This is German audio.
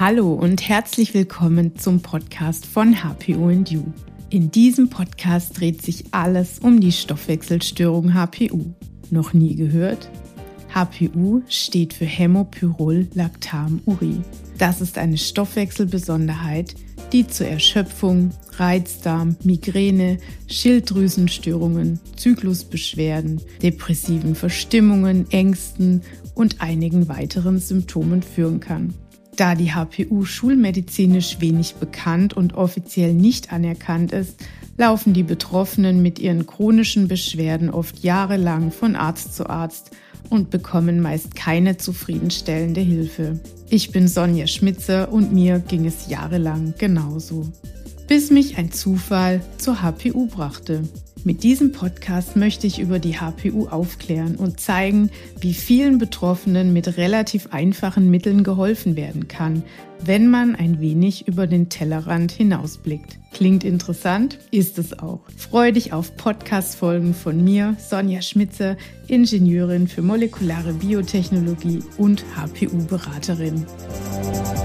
Hallo und herzlich willkommen zum Podcast von HPU&U. In diesem Podcast dreht sich alles um die Stoffwechselstörung HPU. Noch nie gehört? HPU steht für Hämopyrrolactamurie. Das ist eine Stoffwechselbesonderheit, die zur Erschöpfung, Reizdarm, Migräne, Schilddrüsenstörungen, Zyklusbeschwerden, depressiven Verstimmungen, Ängsten und einigen weiteren Symptomen führen kann. Da die HPU schulmedizinisch wenig bekannt und offiziell nicht anerkannt ist, laufen die Betroffenen mit ihren chronischen Beschwerden oft jahrelang von Arzt zu Arzt und bekommen meist keine zufriedenstellende Hilfe. Ich bin Sonja Schmitzer und mir ging es jahrelang genauso. Bis mich ein Zufall zur HPU brachte. Mit diesem Podcast möchte ich über die HPU aufklären und zeigen, wie vielen Betroffenen mit relativ einfachen Mitteln geholfen werden kann, wenn man ein wenig über den Tellerrand hinausblickt. Klingt interessant? Ist es auch. Freue dich auf Podcast-Folgen von mir, Sonja Schmitzer, Ingenieurin für molekulare Biotechnologie und HPU-Beraterin.